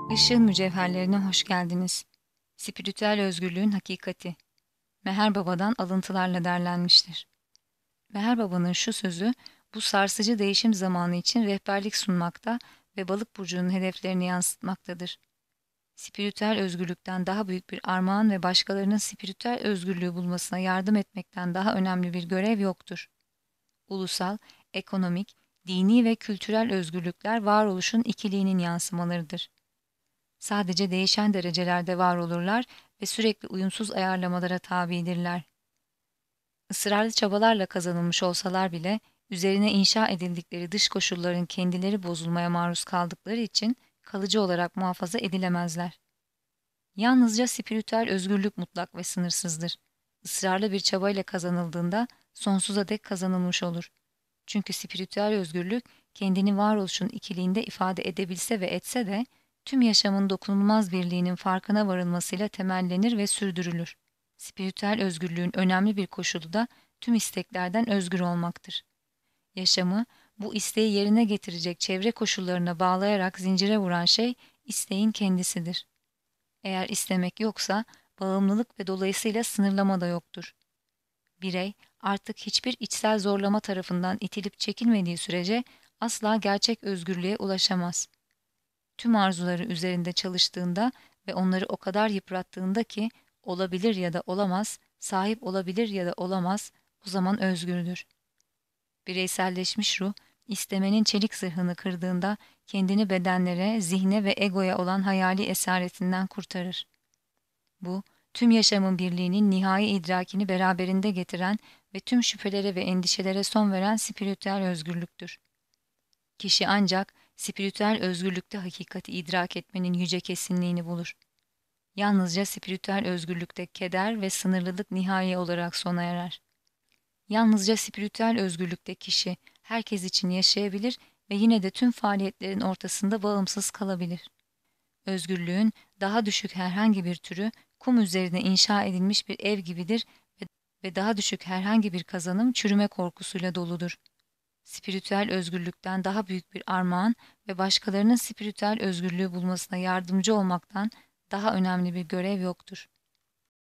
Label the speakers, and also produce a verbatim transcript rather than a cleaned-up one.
Speaker 1: Işığın mücevherlerine hoş geldiniz. Spiritüel özgürlüğün hakikati. Meher Baba'dan alıntılarla derlenmiştir. Meher Baba'nın şu sözü, bu sarsıcı değişim zamanı için rehberlik sunmakta ve Balık burcunun hedeflerini yansıtmaktadır. Spiritüel özgürlükten daha büyük bir armağan ve başkalarının spiritüel özgürlüğü bulmasına yardım etmekten daha önemli bir görev yoktur. Ulusal, ekonomik, dini ve kültürel özgürlükler varoluşun ikiliğinin yansımalarıdır. Sadece değişen derecelerde var olurlar ve sürekli uyumsuz ayarlamalara tabidirler. Israrlı çabalarla kazanılmış olsalar bile, üzerine inşa edildikleri dış koşulların kendileri bozulmaya maruz kaldıkları için kalıcı olarak muhafaza edilemezler. Yalnızca spiritüel özgürlük mutlak ve sınırsızdır. Israrlı bir çabayla kazanıldığında sonsuza dek kazanılmış olur. Çünkü spiritüel özgürlük kendini varoluşun ikiliğinde ifade edebilse ve etse de tüm yaşamın dokunulmaz birliğinin farkına varılmasıyla temellenir ve sürdürülür. Spiritüel özgürlüğün önemli bir koşulu da tüm isteklerden özgür olmaktır. Yaşamı bu isteği yerine getirecek çevre koşullarına bağlayarak zincire vuran şey isteğin kendisidir. Eğer istemek yoksa bağımlılık ve dolayısıyla sınırlama da yoktur. Birey artık hiçbir içsel zorlama tarafından itilip çekilmediği sürece asla gerçek özgürlüğe ulaşamaz. Tüm arzuları üzerinde çalıştığında ve onları o kadar yıprattığında ki olabilir ya da olamaz, sahip olabilir ya da olamaz, o zaman özgürdür. Bireyselleşmiş ruh, istemenin çelik zırhını kırdığında kendini bedenlere, zihne ve egoya olan hayali esaretinden kurtarır. Bu, tüm yaşamın birliğinin nihai idrakini beraberinde getiren ve tüm şüphelere ve endişelere son veren spiritüel özgürlüktür. Kişi ancak spiritüel özgürlükte hakikati idrak etmenin yüce kesinliğini bulur. Yalnızca spiritüel özgürlükte keder ve sınırlılık nihai olarak sona erer. Yalnızca spiritüel özgürlükte kişi herkes için yaşayabilir ve yine de tüm faaliyetlerin ortasında bağımsız kalabilir. Özgürlüğün daha düşük herhangi bir türü kum üzerine inşa edilmiş bir ev gibidir ve, ve daha düşük herhangi bir kazanım çürüme korkusuyla doludur. Spiritüel özgürlükten daha büyük bir armağan ve başkalarının spiritüel özgürlüğü bulmasına yardımcı olmaktan daha önemli bir görev yoktur.